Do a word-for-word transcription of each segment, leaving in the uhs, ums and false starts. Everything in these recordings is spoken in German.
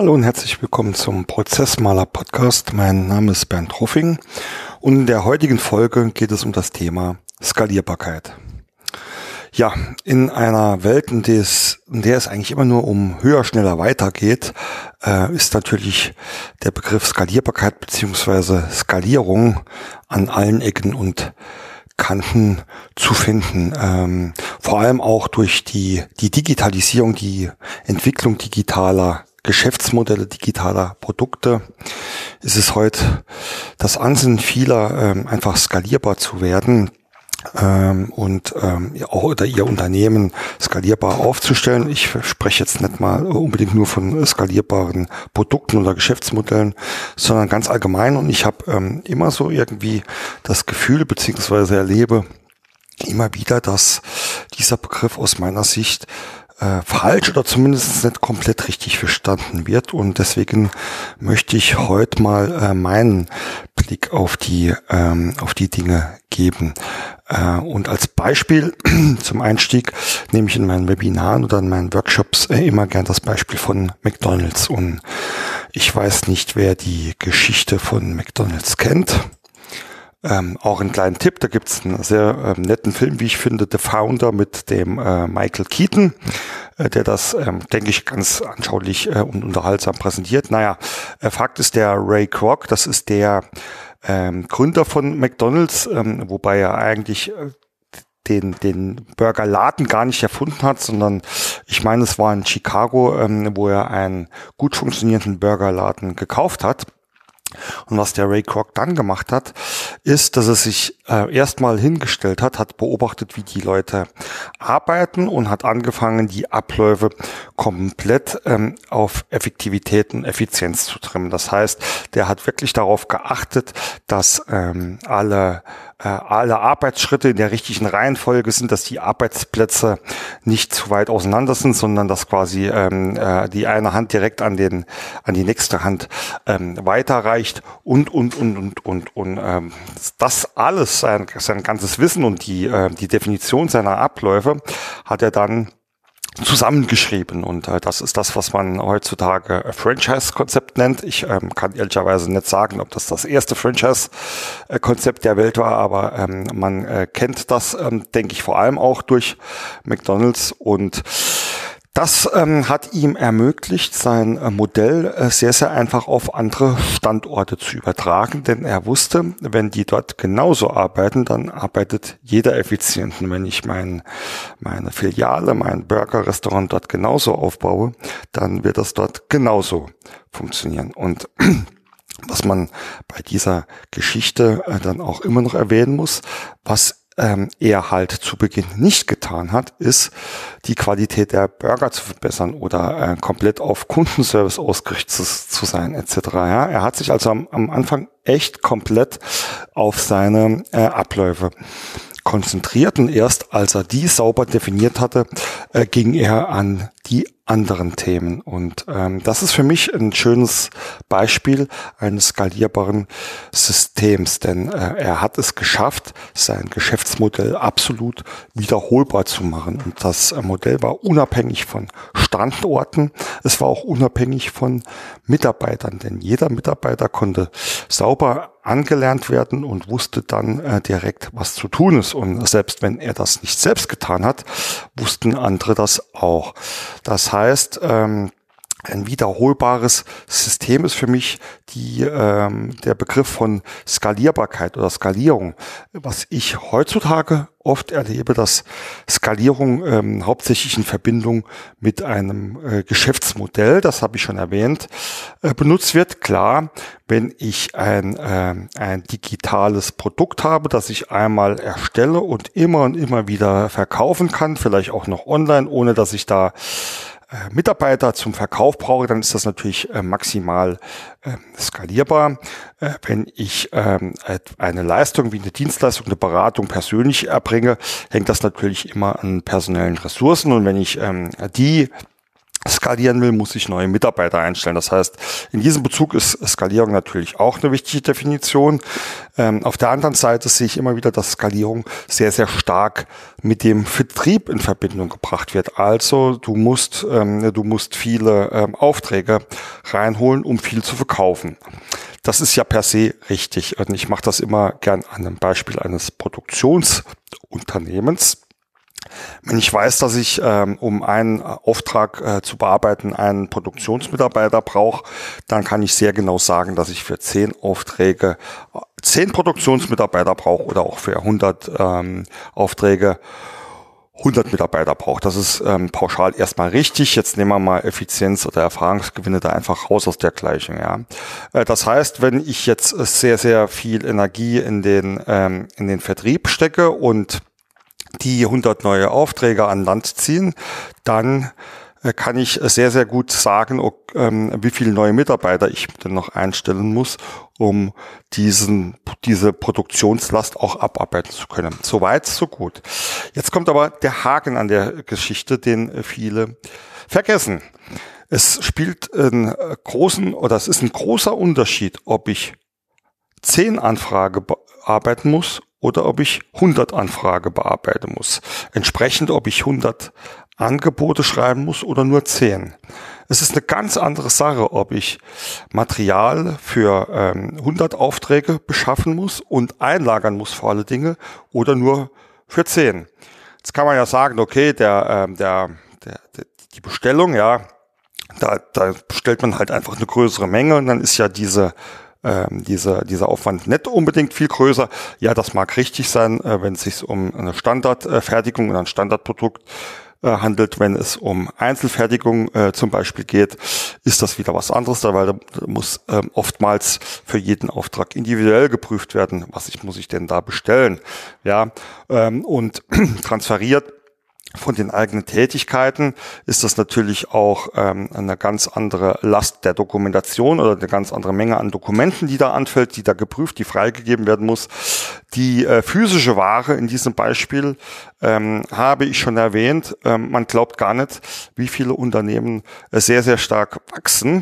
Hallo und herzlich willkommen zum Prozessmaler Podcast. Mein Name ist Bernd Ruffing und in der heutigen Folge geht es um das Thema Skalierbarkeit. Ja, in einer Welt, in der es, in der es eigentlich immer nur um höher, schneller, weiter geht, äh, ist natürlich der Begriff Skalierbarkeit bzw. Skalierung an allen Ecken und Kanten zu finden. Ähm, vor allem auch durch die, die Digitalisierung, die Entwicklung digitaler Geschäftsmodelle, digitaler Produkte ist es heute das Ansinnen vieler, ähm, einfach skalierbar zu werden ähm, und ähm, auch oder ihr Unternehmen skalierbar aufzustellen. Ich spreche jetzt nicht mal unbedingt nur von skalierbaren Produkten oder Geschäftsmodellen, sondern ganz allgemein. Und ich habe ähm, immer so irgendwie das Gefühl beziehungsweise erlebe immer wieder, dass dieser Begriff aus meiner Sicht Äh, falsch oder zumindest nicht komplett richtig verstanden wird, und deswegen möchte ich heute mal äh, meinen Blick auf die ähm, auf die Dinge geben. Äh, und als Beispiel zum Einstieg nehme ich in meinen Webinaren oder in meinen Workshops äh, immer gern das Beispiel von McDonald's. Und ich weiß nicht, wer die Geschichte von McDonald's kennt. Ähm, auch einen kleinen Tipp, da gibt's einen sehr ähm, netten Film, wie ich finde, The Founder mit dem äh, Michael Keaton, äh, der das, ähm, denke ich, ganz anschaulich äh, und unterhaltsam präsentiert. Naja, äh, Fakt ist, der Ray Kroc, das ist der ähm, Gründer von McDonald's, ähm, wobei er eigentlich äh, den den Burgerladen gar nicht erfunden hat, sondern ich meine, es war in Chicago, ähm, wo er einen gut funktionierenden Burgerladen gekauft hat. Und was der Ray Kroc dann gemacht hat, ist, dass er sich äh, erstmal hingestellt hat, hat beobachtet, wie die Leute arbeiten und hat angefangen, die Abläufe komplett ähm, auf Effektivität und Effizienz zu trimmen. Das heißt, der hat wirklich darauf geachtet, dass ähm, alle äh, alle Arbeitsschritte in der richtigen Reihenfolge sind, dass die Arbeitsplätze nicht zu weit auseinander sind, sondern dass quasi ähm, äh, die eine Hand direkt an den an die nächste Hand ähm, weiterreicht und und und und und und ähm, das alles, sein, sein ganzes Wissen und die äh, die Definition seiner Abläufe hat er dann zusammengeschrieben, und äh, das ist das, was man heutzutage Franchise-Konzept nennt. Ich ähm, kann ehrlicherweise nicht sagen, ob das das erste Franchise-Konzept der Welt war, aber ähm, man äh, kennt das, ähm, denke ich, vor allem auch durch McDonald's, und das ähm, hat ihm ermöglicht, sein äh, Modell äh, sehr, sehr einfach auf andere Standorte zu übertragen, denn er wusste, wenn die dort genauso arbeiten, dann arbeitet jeder effizient. Und wenn ich mein, meine Filiale, mein Burger-Restaurant dort genauso aufbaue, dann wird das dort genauso funktionieren. Und was man bei dieser Geschichte äh, dann auch immer noch erwähnen muss, was Ähm, er halt zu Beginn nicht getan hat, ist, die Qualität der Burger zu verbessern oder äh, komplett auf Kundenservice ausgerichtet zu, zu sein, et cetera. Ja, er hat sich also am, am Anfang echt komplett auf seine äh, Abläufe konzentriert, und erst als er die sauber definiert hatte, äh, ging er an die anderen Themen. Und ähm, das ist für mich ein schönes Beispiel eines skalierbaren Systems, denn äh, er hat es geschafft, sein Geschäftsmodell absolut wiederholbar zu machen. Und das äh, Modell war unabhängig von Standorten, es war auch unabhängig von Mitarbeitern, denn jeder Mitarbeiter konnte sauber angelernt werden und wusste dann äh, direkt, was zu tun ist. Und selbst wenn er das nicht selbst getan hat, wussten andere das auch. Das heißt, ähm, ein wiederholbares System ist für mich die, ähm, der Begriff von Skalierbarkeit oder Skalierung. Was ich heutzutage oft erlebe, dass Skalierung ähm, hauptsächlich in Verbindung mit einem äh, Geschäftsmodell, das habe ich schon erwähnt, äh, benutzt wird. Klar, wenn ich ein, äh, ein digitales Produkt habe, das ich einmal erstelle und immer und immer wieder verkaufen kann, vielleicht auch noch online, ohne dass ich da Äh, Mitarbeiter zum Verkauf brauche, dann ist das natürlich äh, maximal äh, skalierbar. Äh, wenn ich ähm, eine Leistung wie eine Dienstleistung, eine Beratung persönlich erbringe, hängt das natürlich immer an personellen Ressourcen, und wenn ich ähm, die skalieren will, muss ich neue Mitarbeiter einstellen. Das heißt, in diesem Bezug ist Skalierung natürlich auch eine wichtige Definition. Ähm, auf der anderen Seite sehe ich immer wieder, dass Skalierung sehr, sehr stark mit dem Vertrieb in Verbindung gebracht wird. Also du musst, ähm, du musst viele ähm, Aufträge reinholen, um viel zu verkaufen. Das ist ja per se richtig. Und ich mache das immer gern an einem Beispiel eines Produktionsunternehmens. Wenn ich weiß, dass ich, ähm, um einen Auftrag äh, zu bearbeiten, einen Produktionsmitarbeiter brauche, dann kann ich sehr genau sagen, dass ich für zehn Aufträge zehn Produktionsmitarbeiter brauche oder auch für hundert ähm, Aufträge hundert Mitarbeiter brauche. Das ist ähm, pauschal erstmal richtig. Jetzt nehmen wir mal Effizienz oder Erfahrungsgewinne da einfach raus aus der Gleichung. Ja, äh, das heißt, wenn ich jetzt sehr, sehr viel Energie in den ähm, in den Vertrieb stecke und die hundert neue Aufträge an Land ziehen, dann äh, kann ich sehr, sehr gut sagen, okay, ähm, wie viele neue Mitarbeiter ich denn noch einstellen muss, um diesen, diese Produktionslast auch abarbeiten zu können. Soweit, so gut. Jetzt kommt aber der Haken an der Geschichte, den viele vergessen. Es spielt einen großen, oder es ist ein großer Unterschied, ob ich zehn Anfragen bearbeiten muss oder ob ich hundert Anfragen bearbeiten muss. Entsprechend, ob ich hundert Angebote schreiben muss oder nur zehn. Es ist eine ganz andere Sache, ob ich Material für ähm, hundert Aufträge beschaffen muss und einlagern muss vor alle Dinge oder nur für zehn. Jetzt kann man ja sagen, okay, der, ähm, der, der, der die Bestellung, ja, da, da bestellt man halt einfach eine größere Menge und dann ist ja diese Ähm, diese, dieser Aufwand nicht unbedingt viel größer. Ja, das mag richtig sein, äh, wenn es sich um eine Standardfertigung oder ein Standardprodukt äh, handelt. Wenn es um Einzelfertigung äh, zum Beispiel geht, ist das wieder was anderes, weil da muss ähm, oftmals für jeden Auftrag individuell geprüft werden, was ich, muss ich denn da bestellen. Ja, ähm, und transferiert von den eigenen Tätigkeiten ist das natürlich auch ähm, eine ganz andere Last der Dokumentation oder eine ganz andere Menge an Dokumenten, die da anfällt, die da geprüft, die freigegeben werden muss. Die äh, physische Ware in diesem Beispiel ähm, habe ich schon erwähnt. Ähm, man glaubt gar nicht, wie viele Unternehmen äh, sehr, sehr stark wachsen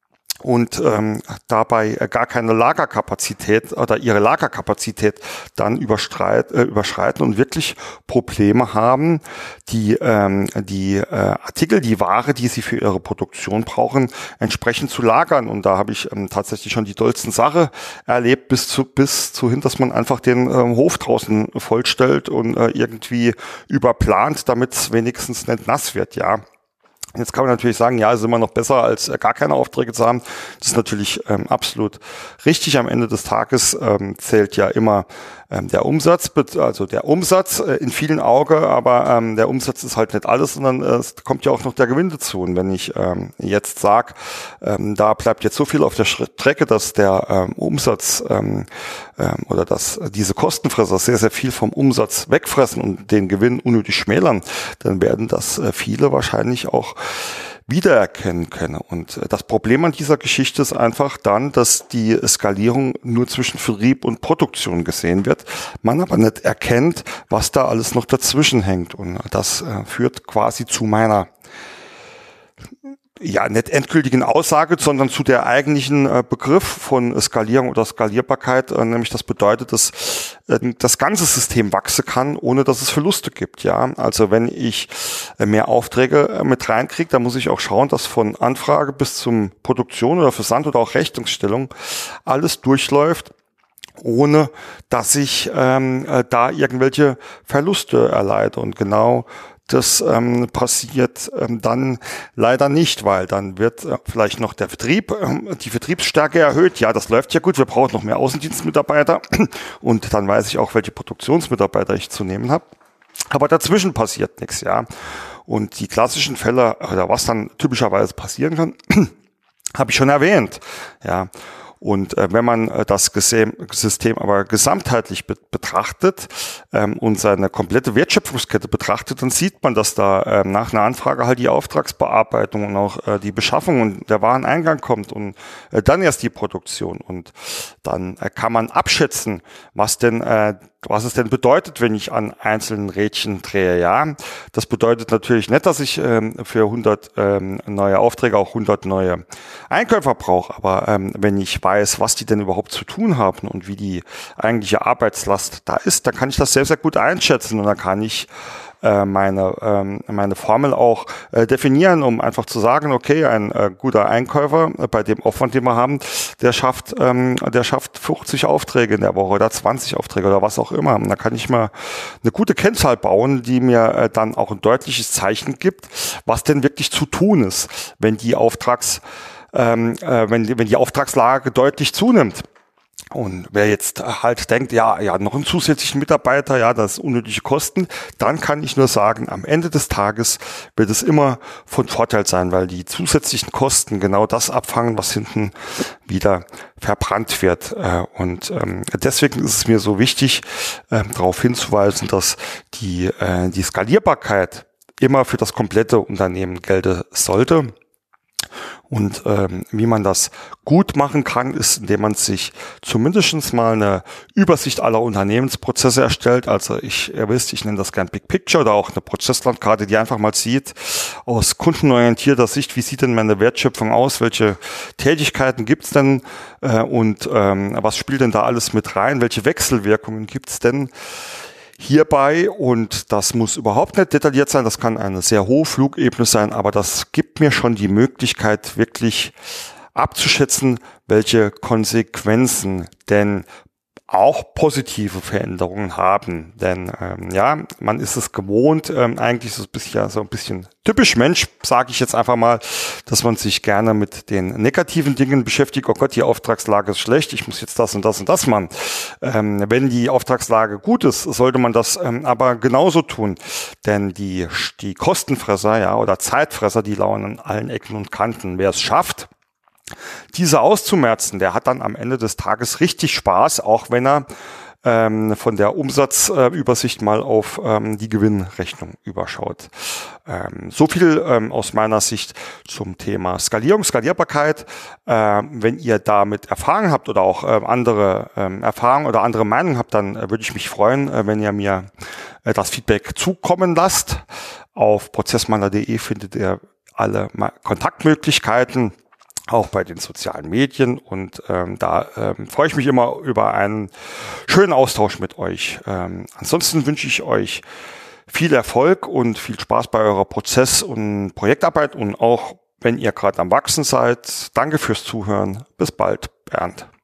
und ähm, dabei gar keine Lagerkapazität oder ihre Lagerkapazität dann überstreit, äh, überschreiten und wirklich Probleme haben, die ähm, die äh, Artikel, die Ware, die sie für ihre Produktion brauchen, entsprechend zu lagern. Und da habe ich ähm, tatsächlich schon die tollsten Sachen erlebt, bis zu bis zu hin, dass man einfach den ähm, Hof draußen vollstellt und äh, irgendwie überplant, damit es wenigstens nicht nass wird, ja. Jetzt kann man natürlich sagen, ja, es ist immer noch besser, als äh, gar keine Aufträge zu haben. Das ist natürlich ähm, absolut richtig. Am Ende des Tages ähm, zählt ja immer ähm, der Umsatz, also der Umsatz äh, in vielen Augen, aber ähm, der Umsatz ist halt nicht alles, sondern äh, es kommt ja auch noch der Gewinn dazu. Und wenn ich ähm, jetzt sage, ähm, da bleibt jetzt so viel auf der Strecke, dass der ähm, Umsatz ähm, ähm, oder dass diese Kostenfresser sehr, sehr viel vom Umsatz wegfressen und den Gewinn unnötig schmälern, dann werden das äh, viele wahrscheinlich auch wiedererkennen können. Und das Problem an dieser Geschichte ist einfach dann, dass die Skalierung nur zwischen Vertrieb und Produktion gesehen wird, man aber nicht erkennt, was da alles noch dazwischen hängt. Und das äh, führt quasi zu meiner ja, nicht endgültigen Aussage, sondern zu der eigentlichen äh, Begriff von Skalierung oder Skalierbarkeit, äh, nämlich das bedeutet, dass äh, das ganze System wachsen kann, ohne dass es Verluste gibt. Ja, also wenn ich äh, mehr Aufträge äh, mit reinkriege, dann muss ich auch schauen, dass von Anfrage bis zum Produktion oder Versand oder auch Rechnungsstellung alles durchläuft, ohne dass ich ähm, äh, da irgendwelche Verluste erleide. Und genau das ähm, passiert ähm, dann leider nicht, weil dann wird äh, vielleicht noch der Vertrieb, ähm, die Vertriebsstärke erhöht. Ja, das läuft ja gut, wir brauchen noch mehr Außendienstmitarbeiter und dann weiß ich auch, welche Produktionsmitarbeiter ich zu nehmen habe. Aber dazwischen passiert nichts, ja. Und die klassischen Fälle, oder was dann typischerweise passieren kann, habe ich schon erwähnt, ja. Und äh, wenn man äh, das System aber gesamtheitlich be- betrachtet ähm, und seine komplette Wertschöpfungskette betrachtet, dann sieht man, dass da äh, nach einer Anfrage halt die Auftragsbearbeitung und auch äh, die Beschaffung und der Wareneingang kommt und äh, dann erst die Produktion. Und dann äh, kann man abschätzen, was denn äh, was es denn bedeutet, wenn ich an einzelnen Rädchen drehe. Ja, das bedeutet natürlich nicht, dass ich ähm, für hundert ähm, neue Aufträge auch hundert neue Einkäufer brauche. Aber ähm, wenn ich weiß, was die denn überhaupt zu tun haben und wie die eigentliche Arbeitslast da ist, dann kann ich das sehr, sehr gut einschätzen und dann kann ich meine ähm, meine Formel auch äh, definieren, um einfach zu sagen, okay, ein äh, guter Einkäufer äh, bei dem Aufwand, den wir haben, der schafft ähm, der schafft fünfzig Aufträge in der Woche oder zwanzig Aufträge oder was auch immer. Und da kann ich mal eine gute Kennzahl bauen, die mir äh, dann auch ein deutliches Zeichen gibt, was denn wirklich zu tun ist, wenn die Auftrags ähm, äh, wenn die, wenn die Auftragslage deutlich zunimmt. Und wer jetzt halt denkt, ja, ja, noch einen zusätzlichen Mitarbeiter, ja, das ist unnötige Kosten, dann kann ich nur sagen, am Ende des Tages wird es immer von Vorteil sein, weil die zusätzlichen Kosten genau das abfangen, was hinten wieder verbrannt wird. Und deswegen ist es mir so wichtig, darauf hinzuweisen, dass die, die Skalierbarkeit immer für das komplette Unternehmen gelten sollte. Und ähm, wie man das gut machen kann, ist, indem man sich zumindest mal eine Übersicht aller Unternehmensprozesse erstellt. Also ich, ihr wisst, ich nenne das gern Big Picture oder auch eine Prozesslandkarte, die einfach mal sieht, aus kundenorientierter Sicht, wie sieht denn meine Wertschöpfung aus, welche Tätigkeiten gibt's denn äh, und ähm, was spielt denn da alles mit rein, welche Wechselwirkungen gibt's denn hierbei, und das muss überhaupt nicht detailliert sein, das kann eine sehr hohe Flugebene sein, aber das gibt mir schon die Möglichkeit, wirklich abzuschätzen, welche Konsequenzen denn auch positive Veränderungen haben. Denn ähm, ja, man ist es gewohnt, ähm, eigentlich so ein bisschen, so ein bisschen typisch Mensch, sage ich jetzt einfach mal, dass man sich gerne mit den negativen Dingen beschäftigt. Oh Gott, die Auftragslage ist schlecht, ich muss jetzt das und das und das machen. Ähm, wenn die Auftragslage gut ist, sollte man das ähm, aber genauso tun. Denn die, die Kostenfresser, ja, oder Zeitfresser, die lauern an allen Ecken und Kanten. Wer es schafft, diese auszumerzen, der hat dann am Ende des Tages richtig Spaß, auch wenn er ähm, von der Umsatzübersicht äh, mal auf ähm, die Gewinnrechnung überschaut. Ähm, so viel ähm, aus meiner Sicht zum Thema Skalierung, Skalierbarkeit. Äh, wenn ihr damit Erfahrung habt oder auch äh, andere äh, Erfahrungen oder andere Meinungen habt, dann äh, würde ich mich freuen, äh, wenn ihr mir äh, das Feedback zukommen lasst. Auf prozessmaler punkt de findet ihr alle Kontaktmöglichkeiten, auch bei den sozialen Medien, und ähm, da ähm, freue ich mich immer über einen schönen Austausch mit euch. Ähm, ansonsten wünsche ich euch viel Erfolg und viel Spaß bei eurer Prozess- und Projektarbeit, und auch wenn ihr gerade am Wachsen seid. Danke fürs Zuhören. Bis bald, Bernd.